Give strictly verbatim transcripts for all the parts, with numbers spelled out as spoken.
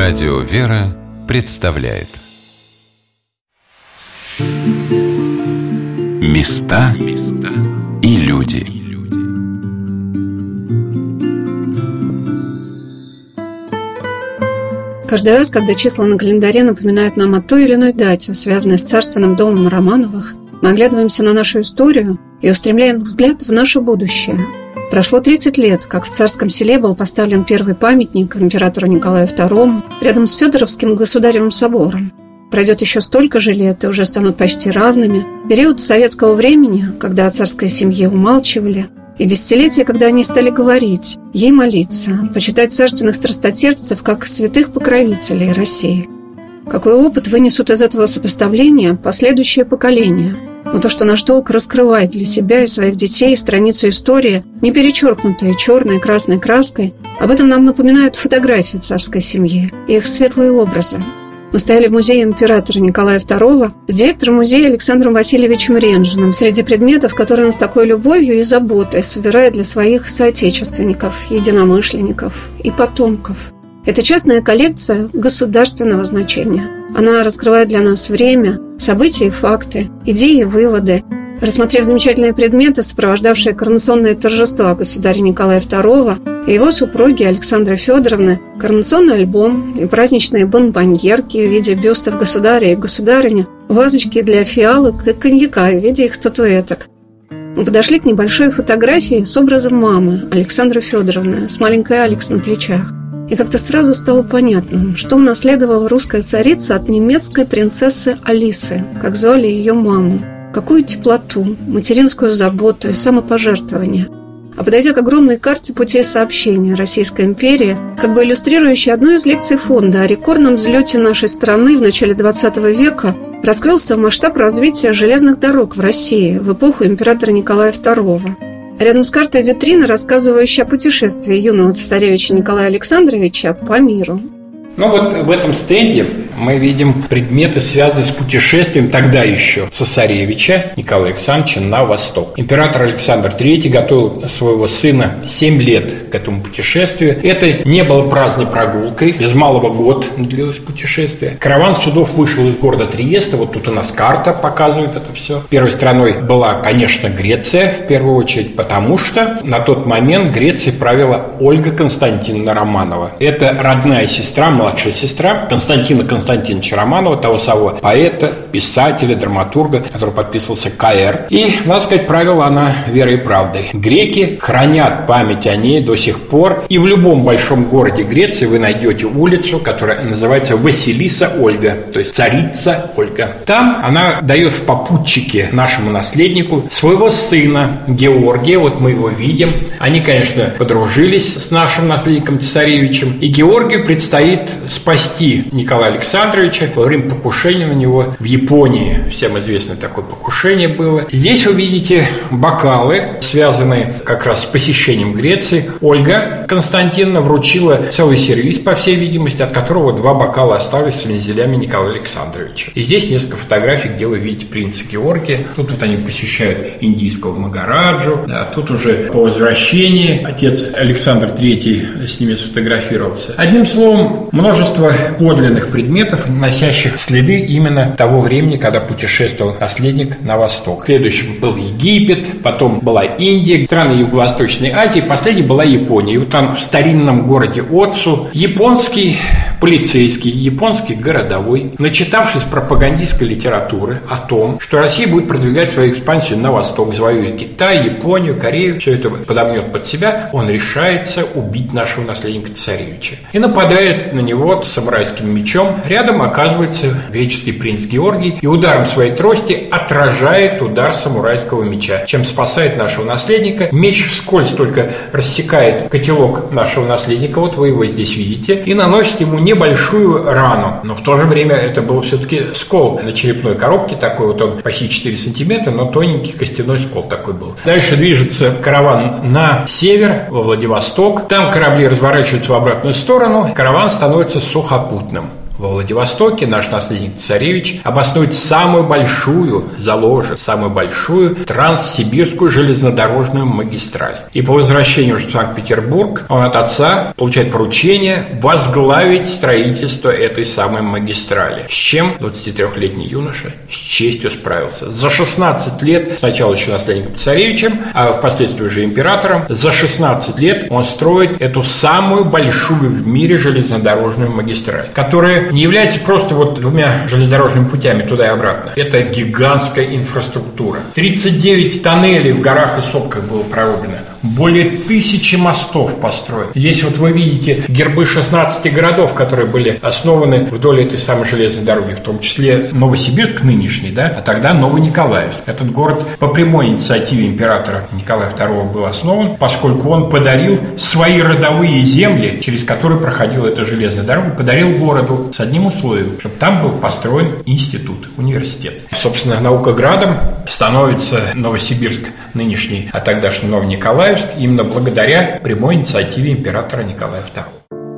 Радио «Вера» представляет Места и люди. Каждый раз, когда числа на календаре напоминают нам о той или иной дате, связанной с царственным домом Романовых, мы оглядываемся на нашу историю и устремляем взгляд в наше будущее. Прошло тридцать лет, как в Царском Селе был поставлен первый памятник императору Николаю второму рядом с Федоровским государевым собором. Пройдет еще столько же лет, и уже станут почти равными период советского времени, когда о царской семье умалчивали, и десятилетия, когда они стали говорить, ей молиться, почитать царственных страстотерпцев как святых покровителей России. Какой опыт вынесут из этого сопоставления последующие поколения? Но то, что наш долг раскрывать для себя и своих детей страницу истории, не перечеркнутые черной и красной краской, об этом нам напоминают фотографии царской семьи и их светлые образы. Мы стояли в музее императора Николая второго с директором музея Александром Васильевичем Ренжиным среди предметов, которые он с такой любовью и заботой собирает для своих соотечественников, единомышленников и потомков. Это частная коллекция государственного значения. Она раскрывает для нас время, события и факты, идеи и выводы. Рассмотрев замечательные предметы, сопровождавшие коронационные торжества государя Николая второго и его супруги Александры Федоровны, коронационный альбом и праздничные бонбоньерки в виде бюстов государя и государыни, вазочки для фиалок и коньяка в виде их статуэток. Мы подошли к небольшой фотографии с образом мамы Александры Федоровны с маленькой Алекс на плечах. И как-то сразу стало понятно, что унаследовала русская царица от немецкой принцессы Алисы, как звали ее маму. Какую теплоту, материнскую заботу и самопожертвование. А подойдя к огромной карте путей сообщения Российской империи, как бы иллюстрирующей одну из лекций фонда о рекордном взлете нашей страны в начале двадцатого века, раскрылся масштаб развития железных дорог в России в эпоху императора Николая второго. Рядом с картой витрина, рассказывающая о путешествии юного цесаревича Николая Александровича по миру. Ну вот в этом стенде мы видим предметы, связанные с путешествием тогда еще цесаревича Николая Александровича на восток. Император Александр третий готовил своего сына семь лет к этому путешествию. Это не было праздной прогулкой, без малого год длилось путешествие. Караван судов вышел из города Триеста, вот тут у нас карта показывает это все. Первой страной была, конечно, Греция, в первую очередь, потому что на тот момент Грецией правила Ольга Константиновна Романова. Это родная сестра, младшая сестра Константина Константиновича Романова, того самого поэта, писателя, драматурга, который подписывался К Р. И, надо сказать, правила она верой и правдой. Греки хранят память о ней до сих пор. И в любом большом городе Греции вы найдете улицу, которая называется Василиса Ольга, то есть царица Ольга. Там она дает в попутчике нашему наследнику своего сына Георгия. Вот мы его видим. Они, конечно, подружились с нашим наследником цесаревичем. И Георгию предстоит спасти Николая Александровича во время покушения на него в Японии. Всем известно такое покушение было. Здесь вы видите бокалы, связанные как раз с посещением Греции. Ольга Константиновна вручила целый сервиз, по всей видимости, от которого два бокала остались с вензелями Николая Александровича. И здесь несколько фотографий, где вы видите принца Георгия. Тут вот они посещают индийского Магараджу. А тут уже по возвращении отец Александр третий с ними сфотографировался. Одним словом, множество подлинных предметов, носящих следы именно того времени, когда путешествовал наследник на восток. Следующим был Египет, потом была Индия, страны Юго-Восточной Азии, последней была Япония. И вот там в старинном городе Отсу японский полицейский, японский городовой, начитавшись пропагандистской литературы о том, что Россия будет продвигать свою экспансию на восток, завоюет Китай, Японию, Корею, все это подомнет под себя, он решается убить нашего наследника цесаревича. И нападает на него с самурайским мечом. Рядом оказывается греческий принц Георгий и ударом своей трости отражает удар самурайского меча, чем спасает нашего наследника. Меч вскользь только рассекает котелок нашего наследника, вот вы его здесь видите, и наносит ему небольшую рану. Но в то же время это был все-таки скол на черепной коробке, такой вот он почти четыре сантиметра, но тоненький костяной скол такой был. Дальше движется караван на север, во Владивосток. Там корабли разворачиваются в обратную сторону, караван становится сухопутным. во Владивостоке наш наследник царевич обоснует самую большую, заложит самую большую транссибирскую железнодорожную магистраль. И по возвращению в Санкт-Петербург он от отца получает поручение возглавить строительство этой самой магистрали, с чем двадцатитрёхлетний юноша с честью справился. За шестнадцать лет, сначала еще наследником царевичем, а впоследствии уже императором, за шестнадцать лет он строит эту самую большую в мире железнодорожную магистраль, которая не является просто вот двумя железнодорожными путями туда и обратно. Это гигантская инфраструктура. тридцать девять тоннелей в горах и сопках было прорублено. Более тысячи мостов построено. Здесь вот вы видите гербы шестнадцати городов, которые были основаны вдоль этой самой железной дороги, в том числе Новосибирск нынешний, да, а тогда Новониколаевск. Этот город по прямой инициативе императора Николая второго был основан, поскольку он подарил свои родовые земли, через которые проходила эта железная дорога, подарил городу с одним условием, чтобы там был построен институт, университет. Собственно, Наукоградом становится Новосибирск нынешний, а тогдашний Новониколаевск, именно благодаря прямой инициативе императора Николая второго.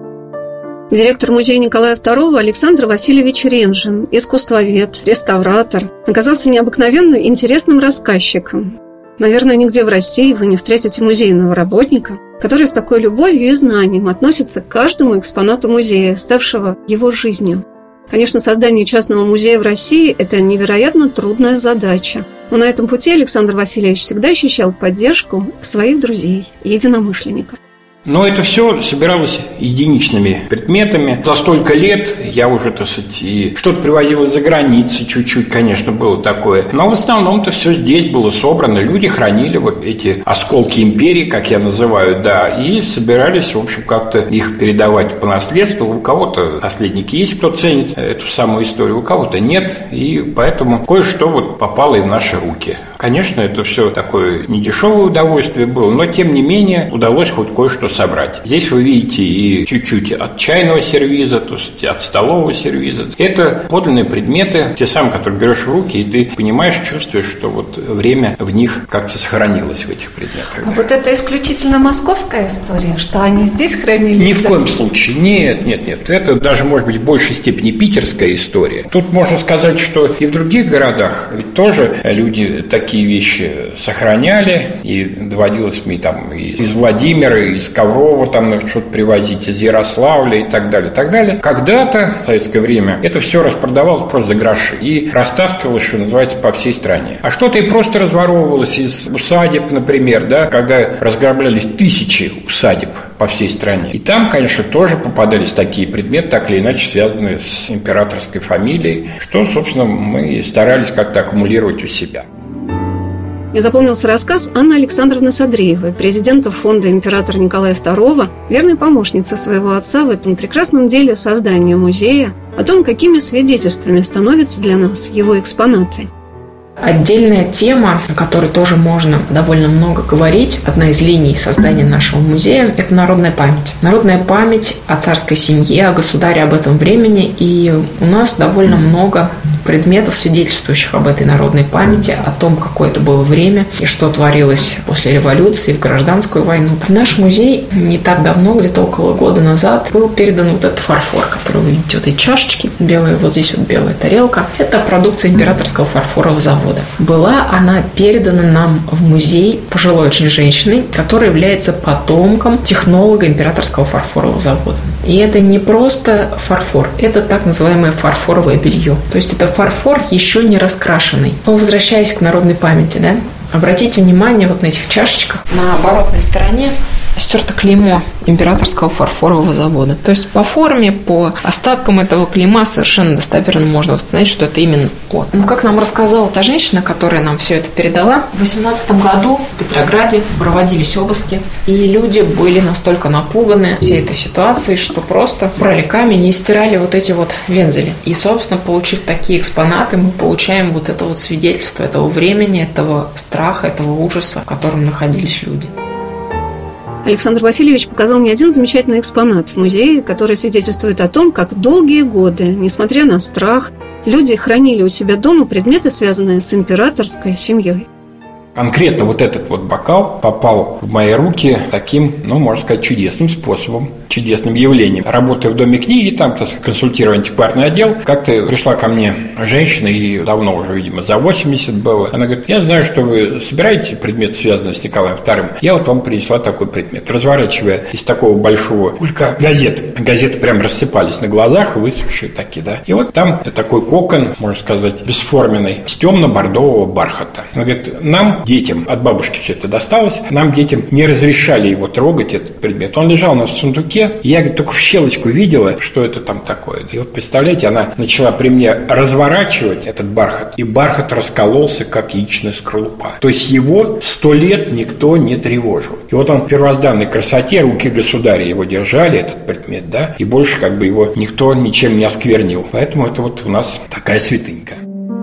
Директор музея Николая второго Александр Васильевич Ренжин, искусствовед, реставратор, оказался необыкновенно интересным рассказчиком. Наверное, нигде в России вы не встретите музейного работника, который с такой любовью и знанием относится к каждому экспонату музея, ставшего его жизнью. Конечно, создание частного музея в России – это невероятно трудная задача. Но на этом пути Александр Васильевич всегда ощущал поддержку своих друзей и единомышленников. Но это все собиралось единичными предметами. За столько лет я уже, так сказать, и что-то привозил из-за границы, чуть-чуть, конечно, было такое. Но в основном-то все здесь было собрано. Люди хранили вот эти осколки империи, как я называю, да, и собирались, в общем, как-то их передавать по наследству. У кого-то наследники есть, кто ценит эту самую историю, у кого-то нет. И поэтому кое-что вот попало и в наши руки. Конечно, это все такое недешевое удовольствие было, но, тем не менее, удалось хоть кое-что собрать. Здесь вы видите и чуть-чуть от чайного сервиза, то есть от столового сервиза. Это подлинные предметы, те самые, которые берешь в руки, и ты понимаешь, чувствуешь, что вот время в них как-то сохранилось в этих предметах. А вот это исключительно московская история, что они здесь хранились? Ни в коем случае. Нет, нет, нет. Это даже, может быть, в большей степени питерская история. Тут можно сказать, что и в других городах ведь тоже люди такие вещи сохраняли, и доводилось мне там из Владимира, из Коврова там что-то привозить, из Ярославля и так далее, и так далее. Когда-то, в советское время, это все распродавалось просто за гроши и растаскивалось, что называется, по всей стране. А что-то и просто разворовывалось из усадеб, например, да, когда разграблялись тысячи усадеб по всей стране. И там, конечно, тоже попадались такие предметы, так или иначе связанные с императорской фамилией, что, собственно, мы старались как-то аккумулировать у себя. Мне запомнился рассказ Анны Александровны Садреевой, президента фонда императора Николая второго, верной помощницы своего отца в этом прекрасном деле создания музея, о том, какими свидетельствами становятся для нас его экспонаты. Отдельная тема, о которой тоже можно довольно много говорить, одна из линий создания нашего музея – это народная память. Народная память о царской семье, о государе об этом времени, и у нас довольно много предметов, свидетельствующих об этой народной памяти, о том, какое это было время и что творилось после революции, в гражданскую войну. В наш музей не так давно, где-то около года назад, был передан вот этот фарфор, который вы видите, вот эти чашечки, белые, вот здесь вот белая тарелка. Это продукция императорского фарфорового завода. Была она передана нам в музей пожилой очень женщиной, которая является потомком технолога императорского фарфорового завода. И это не просто фарфор, это так называемое фарфоровое белье. То есть это фарфор еще не раскрашенный. Но возвращаясь к народной памяти, да, обратите внимание вот на этих чашечках. На оборотной стороне стерто клеймо императорского фарфорового завода. То есть по форме, по остаткам этого клейма совершенно достоверно можно восстановить, что это именно он. Ну, как нам рассказала та женщина, которая нам все это передала, в восемнадцатом году в Петрограде проводились обыски, и люди были настолько напуганы всей этой ситуацией, что просто брали камень и стирали вот эти вот вензели. И, собственно, получив такие экспонаты, мы получаем вот это вот свидетельство этого времени, этого страха, этого ужаса, в котором находились люди. Александр Васильевич показал мне один замечательный экспонат в музее, который свидетельствует о том, как долгие годы, несмотря на страх, люди хранили у себя дома предметы, связанные с императорской семьей. Конкретно вот этот вот бокал попал в мои руки таким, ну, можно сказать, чудесным способом, чудесным явлением. Работая в Доме книги, там, так сказать, консультируя антикварный отдел, как-то пришла ко мне женщина, и давно уже, видимо, за восемьдесят было. Она говорит: я знаю, что вы собираете предмет, связанный с Николаем вторым. Я вот вам принесла такой предмет. Разворачивая из такого большого кулька газет. Газеты прям рассыпались на глазах, высохшие такие, да. И вот там такой кокон, можно сказать, бесформенный, с темно-бордового бархата. Она говорит: нам, детям, от бабушки все это досталось, нам, детям, не разрешали его трогать, этот предмет. Он лежал у нас в сундуке, и я, говорит, только в щелочку видела, что это там такое. И вот, представляете, она начала при мне разворачивать этот бархат, и бархат раскололся, как яичная скорлупа. То есть его сто лет никто не тревожил. И вот он в первозданной красоте, руки государя его держали, этот предмет, да, и больше как бы его никто ничем не осквернил. Поэтому это вот у нас такая святынька.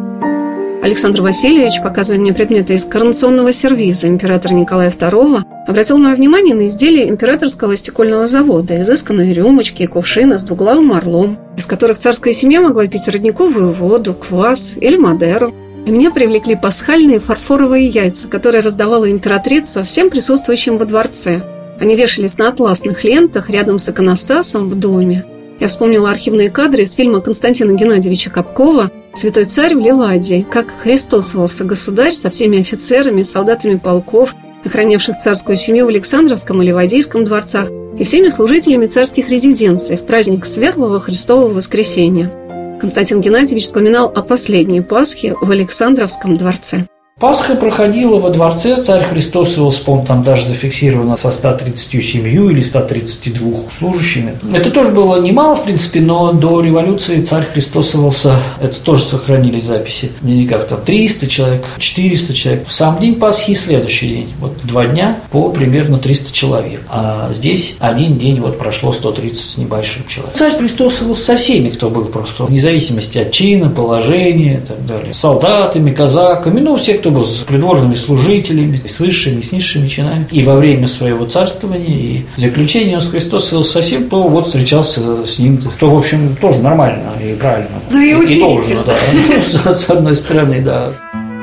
Александр Васильевич, показывая мне предметы из коронационного сервиза императора Николая второго, обратил мое внимание на изделия императорского стекольного завода, изысканные рюмочки и кувшины с двуглавым орлом, из которых царская семья могла пить родниковую воду, квас или мадеру. И меня привлекли пасхальные фарфоровые яйца, которые раздавала императрица всем присутствующим во дворце. Они вешались на атласных лентах рядом с иконостасом в доме. Я вспомнила архивные кадры из фильма Константина Геннадьевича Капкова «Святой царь в Ливадии», как христосовался государь со всеми офицерами, солдатами полков, охранявших царскую семью в Александровском и Ливадийском дворцах, и всеми служителями царских резиденций в праздник Светлого Христового Воскресения. Константин Геннадьевич вспоминал о последней Пасхе в Александровском дворце. Пасха проходила во дворце, царь Христос его вспомнил, там даже зафиксировано со ста тридцатью семью или ста тридцатью двумя служащими. Это тоже было немало, в принципе, но до революции царь христосовался, это тоже сохранились записи, не как там триста человек, четыреста человек. В сам день Пасхи и следующий день, вот два дня по примерно триста человек, а здесь один день вот прошло сто тридцать с небольшим человек. Царь христосовался со всеми, кто был просто, вне зависимости от чина, положения и так далее, солдатами, казаками, ну, все, кто был с придворными служителями, с высшими, с низшими чинами. И во время своего царствования, и заключения он с Христосом совсем, кто вот встречался с ним, то, в общем, тоже нормально и правильно. Ну и удивительно. И должно, да. С одной стороны, да.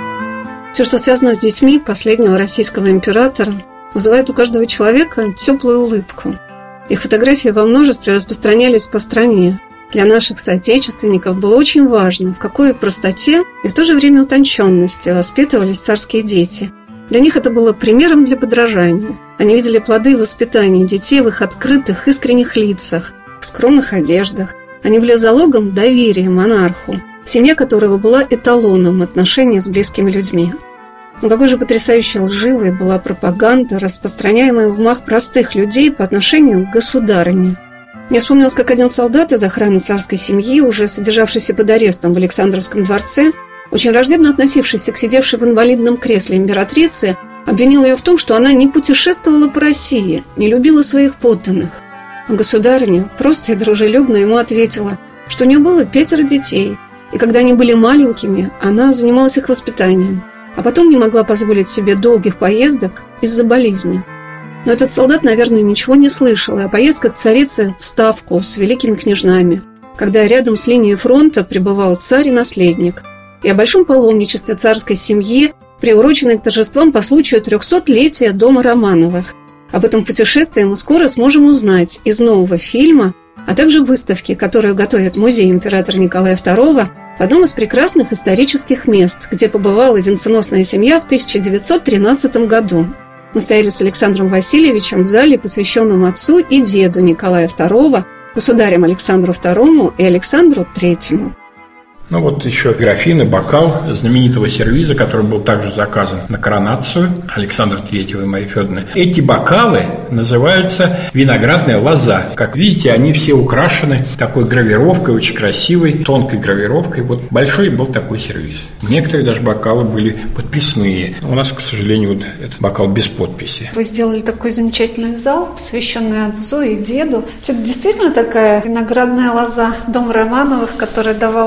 Все, что связано с детьми последнего российского императора, вызывает у каждого человека теплую улыбку. Их фотографии во множестве распространялись по стране. Для наших соотечественников было очень важно, в какой простоте и в то же время утонченности воспитывались царские дети. Для них это было примером для подражания. Они видели плоды воспитания детей в их открытых, искренних лицах, в скромных одеждах. Они были залогом доверия монарху, семья которого была эталоном отношений с близкими людьми. Но какой же потрясающе лживой была пропаганда, распространяемая в умах простых людей по отношению к государыне. Мне вспомнилось, как один солдат из охраны царской семьи, уже содержавшийся под арестом в Александровском дворце, очень враждебно относившийся к сидевшей в инвалидном кресле императрице, обвинил ее в том, что она не путешествовала по России, не любила своих подданных. А государыня просто и дружелюбно ему ответила, что у нее было пятеро детей, и когда они были маленькими, она занималась их воспитанием, а потом не могла позволить себе долгих поездок из-за болезни. Но этот солдат, наверное, ничего не слышал и о поездках царицы в Ставку с великими княжнами, когда рядом с линией фронта пребывал царь и наследник, и о большом паломничестве царской семьи, приуроченной к торжествам по случаю трехсотлетия дома Романовых. Об этом путешествии мы скоро сможем узнать из нового фильма, а также выставки, которую готовит музей императора Николая второго в одном из прекрасных исторических мест, где побывала венценосная семья в тысяча девятьсот тринадцатом году. Мы стояли с Александром Васильевичем в зале, посвященном отцу и деду Николая второго, государям Александру второму и Александру третьему. Ну вот еще графин и бокал знаменитого сервиза, который был также заказан на коронацию Александра третьего и Марии Федоровны. Эти бокалы называются виноградная лоза. Как видите, они все украшены такой гравировкой, очень красивой, тонкой гравировкой. Вот большой был такой сервиз. Некоторые даже бокалы были подписные. У нас, к сожалению, вот этот бокал без подписи. Вы сделали такой замечательный зал, посвященный отцу и деду. Это действительно такая виноградная лоза дома Романовых, которая давала всего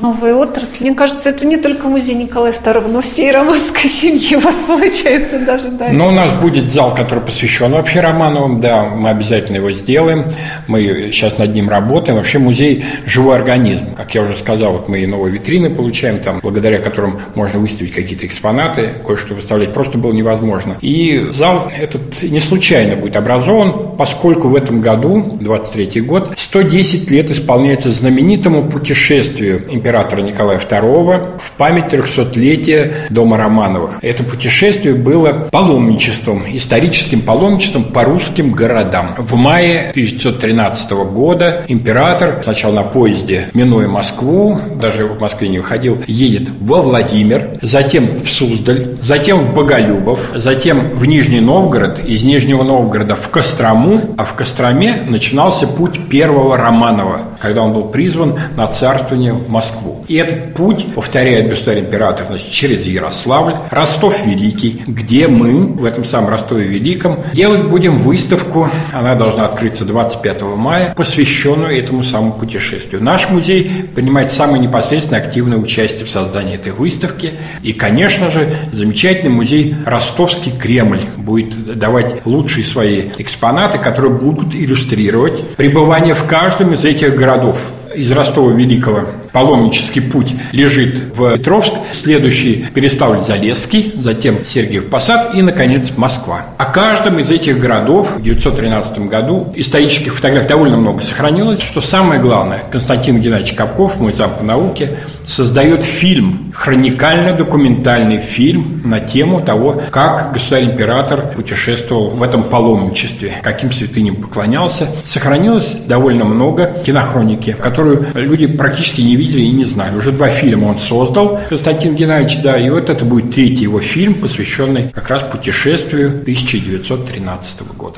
новые отрасли. Мне кажется, это не только музей Николая второго, но всей романской семьи у вас получается даже дальше. Но у нас будет зал, который посвящен вообще Романовым, да, мы обязательно его сделаем. Мы сейчас над ним работаем. Вообще музей – живой организм. Как я уже сказал, вот мы и новые витрины получаем, там, благодаря которым можно выставить какие-то экспонаты, кое-что выставлять просто было невозможно. И зал этот не случайно будет образован, поскольку в этом году, двадцать третий год, сто десять лет исполняется знаменитому путешествию императора Николая второго в память трехсотлетия дома Романовых. Это путешествие было паломничеством, историческим паломничеством по русским городам. В мае тысяча девятьсот тринадцатого года император сначала на поезде, минуя Москву, даже в Москве не выходил, едет во Владимир, затем в Суздаль, затем в Боголюбов, затем в Нижний Новгород, из Нижнего Новгорода в Кострому, а в Костроме начинался путь первого Романова, когда он был призван на царствование в Москву. И этот путь, повторяет государь-император, значит, через Ярославль, Ростов-Великий, где мы в этом самом Ростове-Великом делать будем выставку, она должна открыться двадцать пятого мая, посвященную этому самому путешествию. Наш музей принимает самое непосредственное активное участие в создании этой выставки. И, конечно же, замечательный музей Ростовский Кремль будет давать лучшие свои экспонаты, которые будут иллюстрировать пребывание в каждом из этих городов. Из Ростова-Великого паломнический путь лежит в Петровск, следующий Переславль-Залесский, затем Сергиев Посад и, наконец, Москва. О каждом из этих городов в девятьсот тринадцатом году исторических фотографий довольно много сохранилось. Что самое главное, Константин Геннадьевич Капков, мой зам по науке, создает фильм, хроникально-документальный фильм на тему того, как государь-император путешествовал в этом паломничестве, каким святыням поклонялся. Сохранилось довольно много кинохроники, которые люди практически не видели и не знали. Уже два фильма он создал, Константин Геннадьевич, да, и вот это будет третий его фильм, посвященный как раз путешествию тысяча девятьсот тринадцатого года.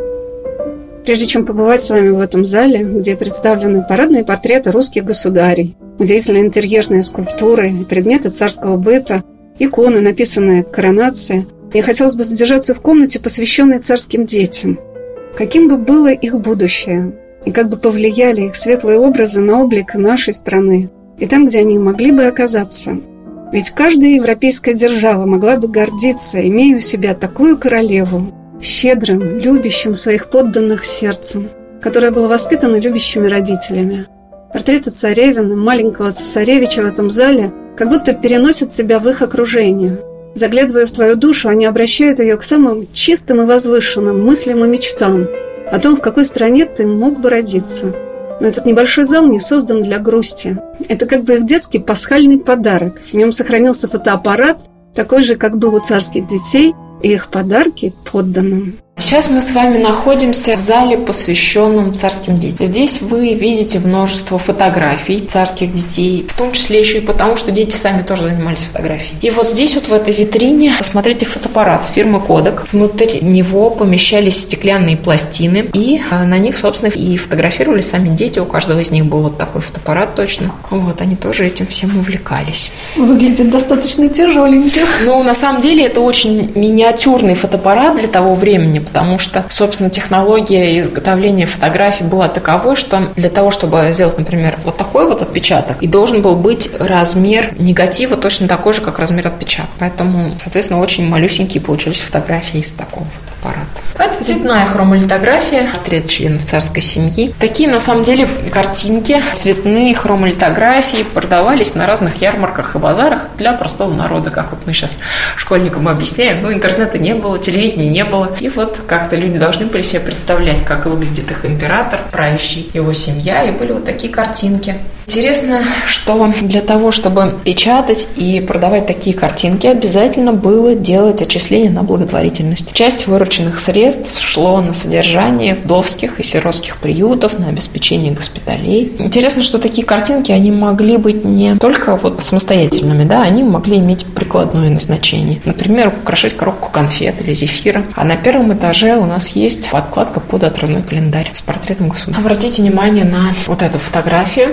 Прежде чем побывать с вами в этом зале, где представлены парадные портреты русских государей, удивительные интерьерные скульптуры, предметы царского быта, иконы, написанные к коронации, мне хотелось бы задержаться в комнате, посвященной царским детям. Каким бы было их будущее, и как бы повлияли их светлые образы на облик нашей страны и там, где они могли бы оказаться. Ведь каждая европейская держава могла бы гордиться, имея у себя такую королеву, щедрым, любящим своих подданных сердцем, которая была воспитана любящими родителями. Портреты царевны, маленького цесаревича в этом зале как будто переносят себя в их окружение. Заглядывая в твою душу, они обращают ее к самым чистым и возвышенным мыслям и мечтам о том, в какой стране ты мог бы родиться. Но этот небольшой зал не создан для грусти. Это как бы их детский пасхальный подарок. В нем сохранился фотоаппарат, такой же, как был у царских детей, и их подарки подданным. Сейчас мы с вами находимся в зале, посвященном царским детям. Здесь вы видите множество фотографий царских детей, в том числе еще и потому, что дети сами тоже занимались фотографией. И вот здесь вот в этой витрине, посмотрите, фотоаппарат фирмы Kodak. Внутри него помещались стеклянные пластины, и на них, собственно, и фотографировали сами дети. У каждого из них был вот такой фотоаппарат точно. Вот, они тоже этим всем увлекались. Выглядит достаточно тяжеленьким. Ну, на самом деле, это очень миниатюрный фотоаппарат для того времени, потому что, собственно, технология изготовления фотографий была таковой, что для того, чтобы сделать, например, вот такой вот отпечаток, и должен был быть размер негатива точно такой же, как размер отпечатка. Поэтому, соответственно, очень малюсенькие получились фотографии из такого фотоаппарата. Это цветная хромолитография, портрет членов царской семьи. Такие, на самом деле, картинки, цветные хромолитографии продавались на разных ярмарках и базарах для простого народа, как вот мы сейчас школьникам объясняем. Ну, интернета не было, телевидения не было. И вот как-то люди должны были себе представлять, как выглядит их император, правящий, его семья, и были вот такие картинки. Интересно, что для того, чтобы печатать и продавать такие картинки, обязательно было делать отчисления на благотворительность. Часть вырученных средств шло на содержание вдовских и сиротских приютов, на обеспечение госпиталей. Интересно, что такие картинки, они могли быть не только вот самостоятельными, да, они могли иметь прикладное назначение. Например, украшать коробку конфет или зефира. А на первом этаже у нас есть подкладка под отрывной календарь с портретом государя. Обратите внимание на вот эту фотографию. Здесь старший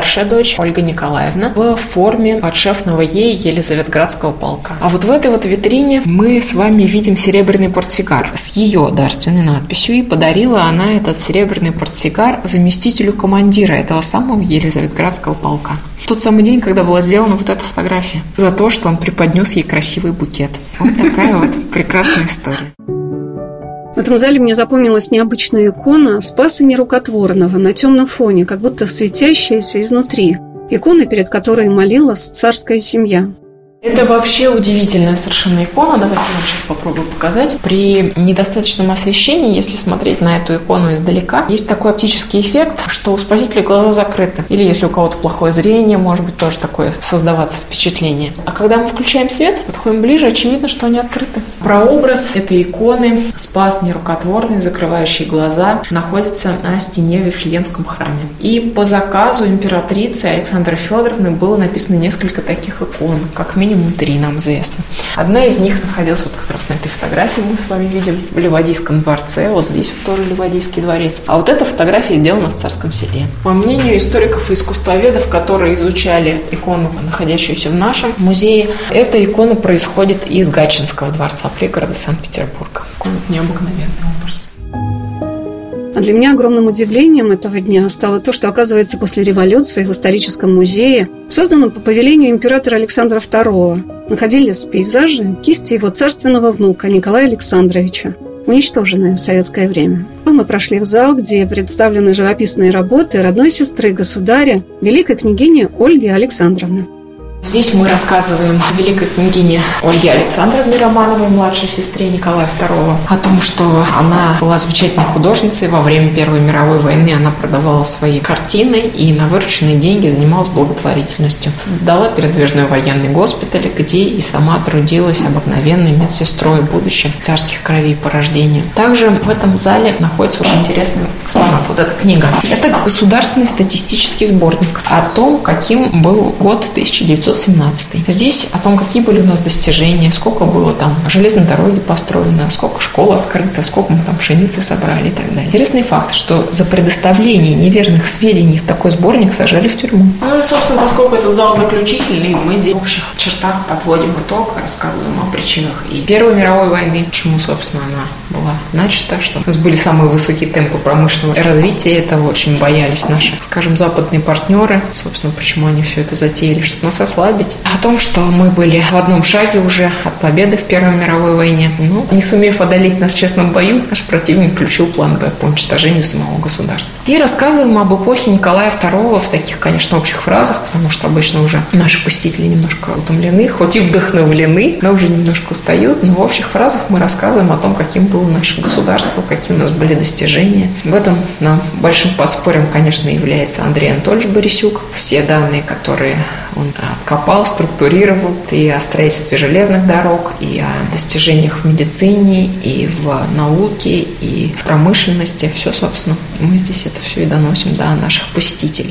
старшая дочь Ольга Николаевна в форме подшефного ей Елизаветградского полка. А вот в этой вот витрине мы с вами видим серебряный портсигар с ее дарственной надписью, и подарила она этот серебряный портсигар заместителю командира этого самого Елизаветградского полка. Тот самый день, когда была сделана вот эта фотография, за то, что он преподнес ей красивый букет. Вот такая вот прекрасная история. В этом зале мне запомнилась необычная икона Спаса Нерукотворного на темном фоне, как будто светящаяся изнутри. Икона, перед которой молилась царская семья. Это вообще удивительная совершенно икона. Давайте я вам сейчас попробую показать. При недостаточном освещении, если смотреть на эту икону издалека, есть такой оптический эффект, что у Спасителя глаза закрыты. Или если у кого-то плохое зрение, может быть тоже такое создаваться впечатление. А когда мы включаем свет, подходим ближе, очевидно, что они открыты. Прообраз этой иконы Спас Нерукотворный, закрывающий глаза, находится на стене в Вифлеемском храме. И по заказу императрицы Александры Федоровны было написано несколько таких икон, как минимум три, нам известно. Одна из них находилась вот как раз на этой фотографии, мы с вами видим, в Ливадийском дворце, вот здесь вот тоже Ливадийский дворец. А вот эта фотография сделана в Царском Селе. По мнению историков и искусствоведов, которые изучали икону, находящуюся в нашем музее, эта икона происходит из Гатчинского дворца, пригорода Санкт-Петербурга. Такой вот необыкновенный образ. А для меня огромным удивлением этого дня стало то, что, оказывается, после революции в историческом музее, созданном по повелению императора Александра второго, находились пейзажи кисти его царственного внука Николая Александровича, уничтоженные в советское время. Мы прошли в зал, где представлены живописные работы родной сестры государя, великой княгини Ольги Александровны. Здесь мы рассказываем о великой княгине Ольге Александровне Романовой, младшей сестре Николая второго, о том, что она была замечательной художницей. Во время Первой мировой войны она продавала свои картины и на вырученные деньги занималась благотворительностью. Создала передвижной военный госпиталь, где и сама трудилась обыкновенной медсестрой, будучи царских кровей по рождению. Также в этом зале находится очень интересный экспонат. Вот эта книга. Это государственный статистический сборник о том, каким был год тысяча девятьсот семнадцатый. Здесь о том, какие были у нас достижения, сколько было там железной дороги построено, сколько школ открыто, сколько мы там пшеницы собрали и так далее. Интересный факт, что за предоставление неверных сведений в такой сборник сажали в тюрьму. Ну и, собственно, поскольку этот зал заключительный, мы здесь в общих чертах подводим итог, рассказываем о причинах и Первой мировой войны, почему, собственно, она была начата, что у нас были самые высокие темпы промышленного развития, этого очень боялись наши, скажем, западные партнеры, собственно, почему они все это затеяли, чтобы нас ослабить. О том, что мы были в одном шаге уже от победы в Первой мировой войне. Но, не сумев одолеть нас в честном бою, наш противник включил план Б по уничтожению самого государства. И рассказываем об эпохе Николая второго в таких, конечно, общих фразах, потому что обычно уже наши посетители немножко утомлены, хоть и вдохновлены, но уже немножко устают. Но в общих фразах мы рассказываем о том, каким было наше государство, какие у нас были достижения. В этом нам большим подспорьем, конечно, является Андрей Анатольевич Борисюк. Все данные, которые он откопал, структурировал и о строительстве железных дорог, и о достижениях в медицине, и в науке, и в промышленности. Все, собственно, мы здесь это все и доносим до наших посетителей.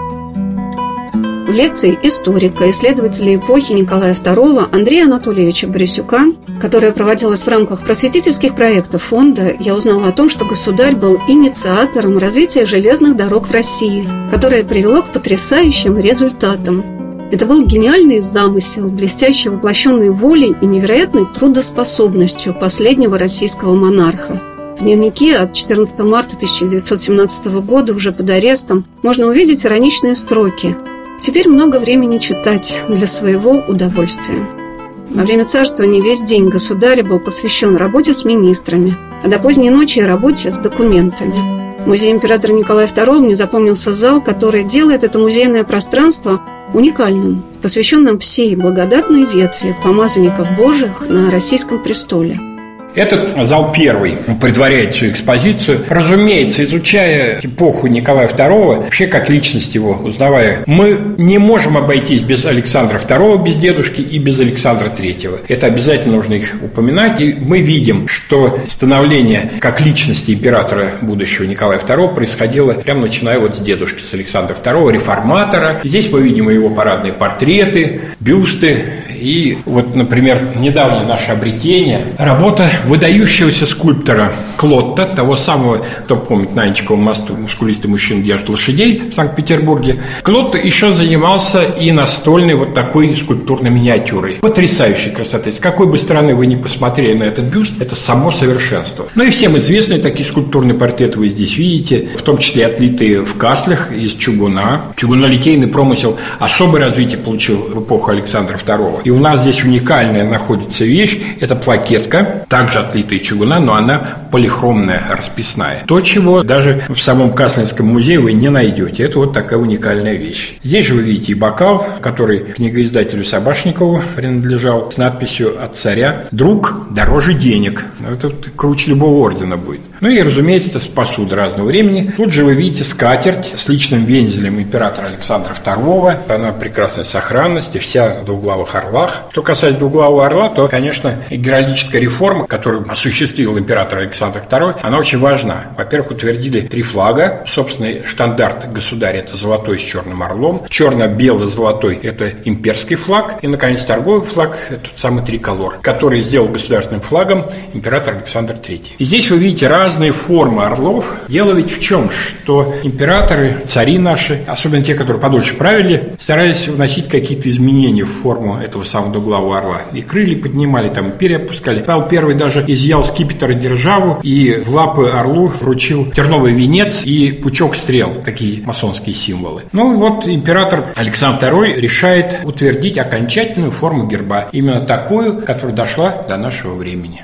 В лекции историка, исследователя эпохи Николая второго Андрея Анатольевича Борисюка, которая проводилась в рамках просветительских проектов фонда, я узнала о том, что государь был инициатором развития железных дорог в России, которое привело к потрясающим результатам. Это был гениальный замысел, блестяще воплощенный волей и невероятной трудоспособностью последнего российского монарха. В дневнике от четырнадцатого марта тысяча девятьсот семнадцатого года, уже под арестом, можно увидеть ироничные строки: «Теперь много времени читать для своего удовольствия». Во время царствования весь день государя был посвящен работе с министрами, а до поздней ночи работе с документами. В музее императора Николая второго мне запомнился зал, который делает это музейное пространство уникальным, посвященным всей благодатной ветви помазанников Божьих на российском престоле. Этот зал первый предваряет всю экспозицию. Разумеется, изучая эпоху Николая второго, вообще как личность его узнавая, мы не можем обойтись без Александра второго, без дедушки, и без Александра третьего. Это обязательно нужно их упоминать. И мы видим, что становление как личности императора будущего Николая второго происходило прямо начиная вот с дедушки, с Александра второго, реформатора. Здесь мы видим его парадные портреты, бюсты И вот, например, недавнее наше обретение – работа выдающегося скульптора Клотта, того самого, кто помнит, на Анчиковом мосту мускулистый мужчина держит лошадей в Санкт-Петербурге. Клотт еще занимался и настольной вот такой скульптурной миниатюрой. Потрясающей красоты. С какой бы стороны вы ни посмотрели на этот бюст, это само совершенство. Ну и всем известные такие скульптурные портреты вы здесь видите, в том числе отлитые в Каслях из чугуна. Чугунолитейный промысел особое развитие получил в эпоху Александра второго. И у нас здесь уникальная находится вещь – это плакетка, также отлитая из чугуна, но она полихромная, расписная. То, чего даже в самом Каслинском музее вы не найдете. Это вот такая уникальная вещь. Здесь же вы видите и бокал, который книгоиздателю Собашникову принадлежал, с надписью от царя «Друг дороже денег». Это круче любого ордена будет. Ну и, разумеется, посуда разного времени. Тут же вы видите скатерть с личным вензелем императора Александра второго. Она в прекрасной сохранности, вся в двуглавых орлах. Что касается двуглавого орла, то, конечно, геральдическая реформа, которую осуществил император Александр второй, она очень важна. Во-первых, утвердили три флага. Собственный штандарт государя – это золотой с черным орлом. Черно-бело-золотой – это имперский флаг. И, наконец, торговый флаг – это тот самый триколор, который сделал государственным флагом император Александр третий. И здесь вы видите разные формы орлов. Дело ведь в чем? Что императоры, цари наши, особенно те, которые подольше правили, старались вносить какие-то изменения в форму этого самого двуглавого орла. И крылья поднимали, там, перья опускали. Павел Первый даже изъял скипетр и державу и в лапы орлу вручил терновый венец и пучок стрел, такие масонские символы. Ну и вот император Александр второй решает утвердить окончательную форму герба, именно такую, которая дошла до нашего времени.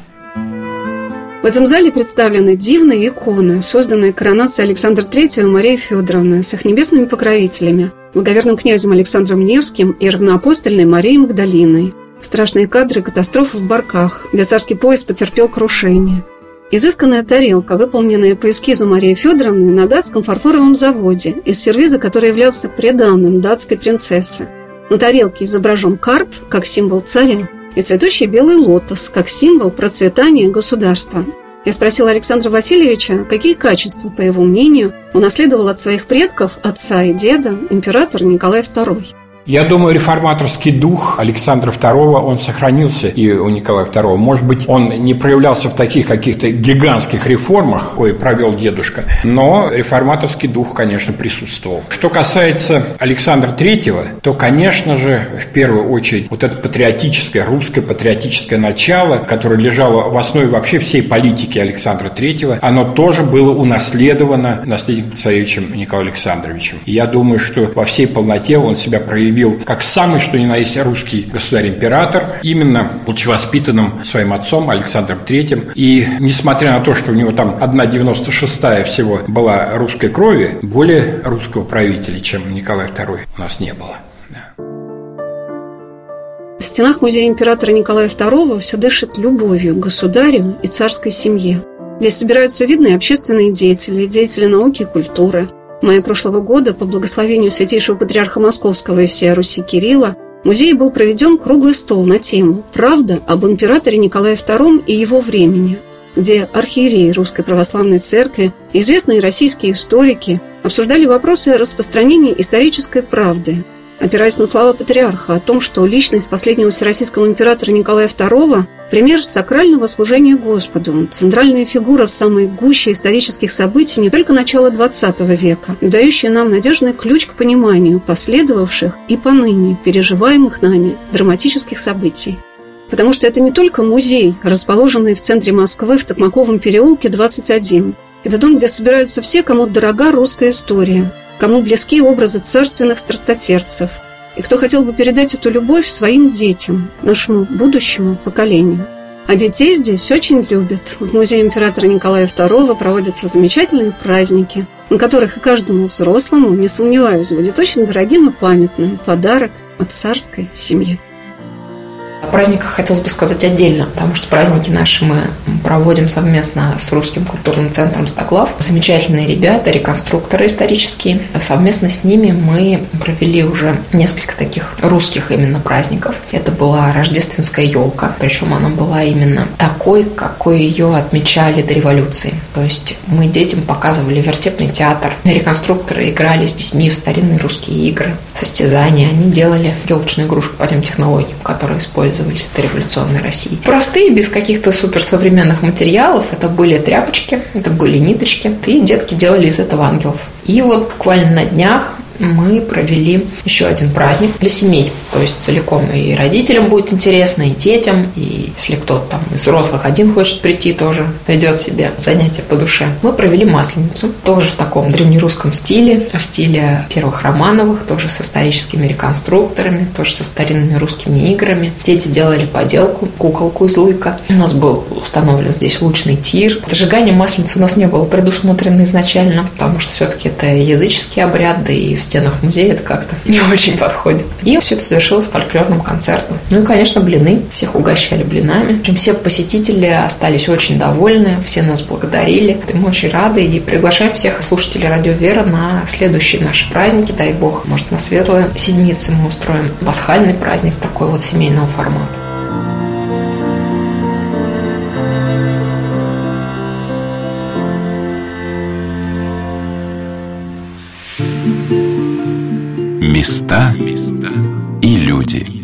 В этом зале представлены дивные иконы, созданные коронацией Александра третьего и Марии Федоровны с их небесными покровителями, благоверным князем Александром Невским и равноапостольной Марией Магдалиной. Страшные кадры катастрофы в Барках, где царский поезд потерпел крушение. Изысканная тарелка, выполненная по эскизу Марии Федоровны на датском фарфоровом заводе, из сервиза, который являлся приданным датской принцессы. На тарелке изображен карп, как символ царя, и цветущий белый лотос, как символ процветания государства. Я спросила Александра Васильевича, какие качества, по его мнению, унаследовал от своих предков, отца и деда, император Николай второй. Я думаю, реформаторский дух Александра второго, он сохранился и у Николая второго. Может быть, он не проявлялся в таких каких-то гигантских реформах, кое провел дедушка, но реформаторский дух, конечно, присутствовал. Что касается Александра третьего, то, конечно же, в первую очередь, вот это патриотическое, русское патриотическое начало, которое лежало в основе вообще всей политики Александра третьего, оно тоже было унаследовано наследником царевичем Николаем Александровичем. И я думаю, что во всей полноте он себя проявил как самый, что ни на есть, русский государь-император, именно будучи воспитанным своим отцом Александром третьим. И несмотря на то, что у него там одна девяносто шестая всего была русской крови, более русского правителя, чем Николай второй, у нас не было. Да. В стенах музея императора Николая второго все дышит любовью к государю и царской семье. Здесь собираются видные общественные деятели, деятели науки и культуры. В мае прошлого года, по благословению святейшего патриарха Московского и всея Руси Кирилла, в музее был проведен круглый стол на тему «Правда об императоре Николае втором и его времени», где архиереи Русской Православной Церкви и известные российские историки обсуждали вопросы распространения исторической правды, опираясь на слова патриарха о том, что личность последнего всероссийского императора Николая второго – пример сакрального служения Господу, центральная фигура в самой гуще исторических событий не только начала двадцатого века, но дающая нам надежный ключ к пониманию последовавших и поныне переживаемых нами драматических событий. Потому что это не только музей, расположенный в центре Москвы в Токмаковом переулке двадцать один. Это дом, где собираются все, кому дорога русская история, кому близки образы царственных страстотерпцев, и кто хотел бы передать эту любовь своим детям, нашему будущему поколению. А детей здесь очень любят. В музее императора Николая второго проводятся замечательные праздники, на которых и каждому взрослому, не сомневаюсь, будет очень дорогим и памятным подарок от царской семьи. праздниках хотелось бы сказать отдельно, потому что праздники наши мы проводим совместно с Русским культурным центром «Стоклав». Замечательные ребята, реконструкторы исторические. Совместно с ними мы провели уже несколько таких русских именно праздников. Это была рождественская елка, причем она была именно такой, какой ее отмечали до революции. То есть мы детям показывали вертепный театр, реконструкторы играли с детьми в старинные русские игры, состязания. Они делали елочную игрушку по тем технологиям, которые использовались в дореволюционной России. Простые, без каких-то суперсовременных материалов. Это были тряпочки, это были ниточки. И детки делали из этого ангелов. И вот буквально на днях мы провели еще один праздник для семей. То есть целиком и родителям будет интересно, и детям, и если кто-то там из взрослых один хочет прийти, тоже найдет себе занятие по душе. Мы провели Масленицу, тоже в таком древнерусском стиле, в стиле первых Романовых, тоже с историческими реконструкторами, тоже со старинными русскими играми. Дети делали поделку, куколку из лыка. У нас был установлен здесь лучный тир. Зажигание Масленицы у нас не было предусмотрено изначально, потому что все-таки это языческий обряд, да и в стенах музея это как-то не очень подходит. И все это завершилось фольклорным концертом. Ну и, конечно, блины. Всех угощали блинами. В общем, все посетители остались очень довольны, все нас благодарили. Мы очень рады и приглашаем всех слушателей Радио Вера на следующие наши праздники. Дай бог, может, на Светлые Седмицы мы устроим пасхальный праздник такой вот семейного формата. Места и люди.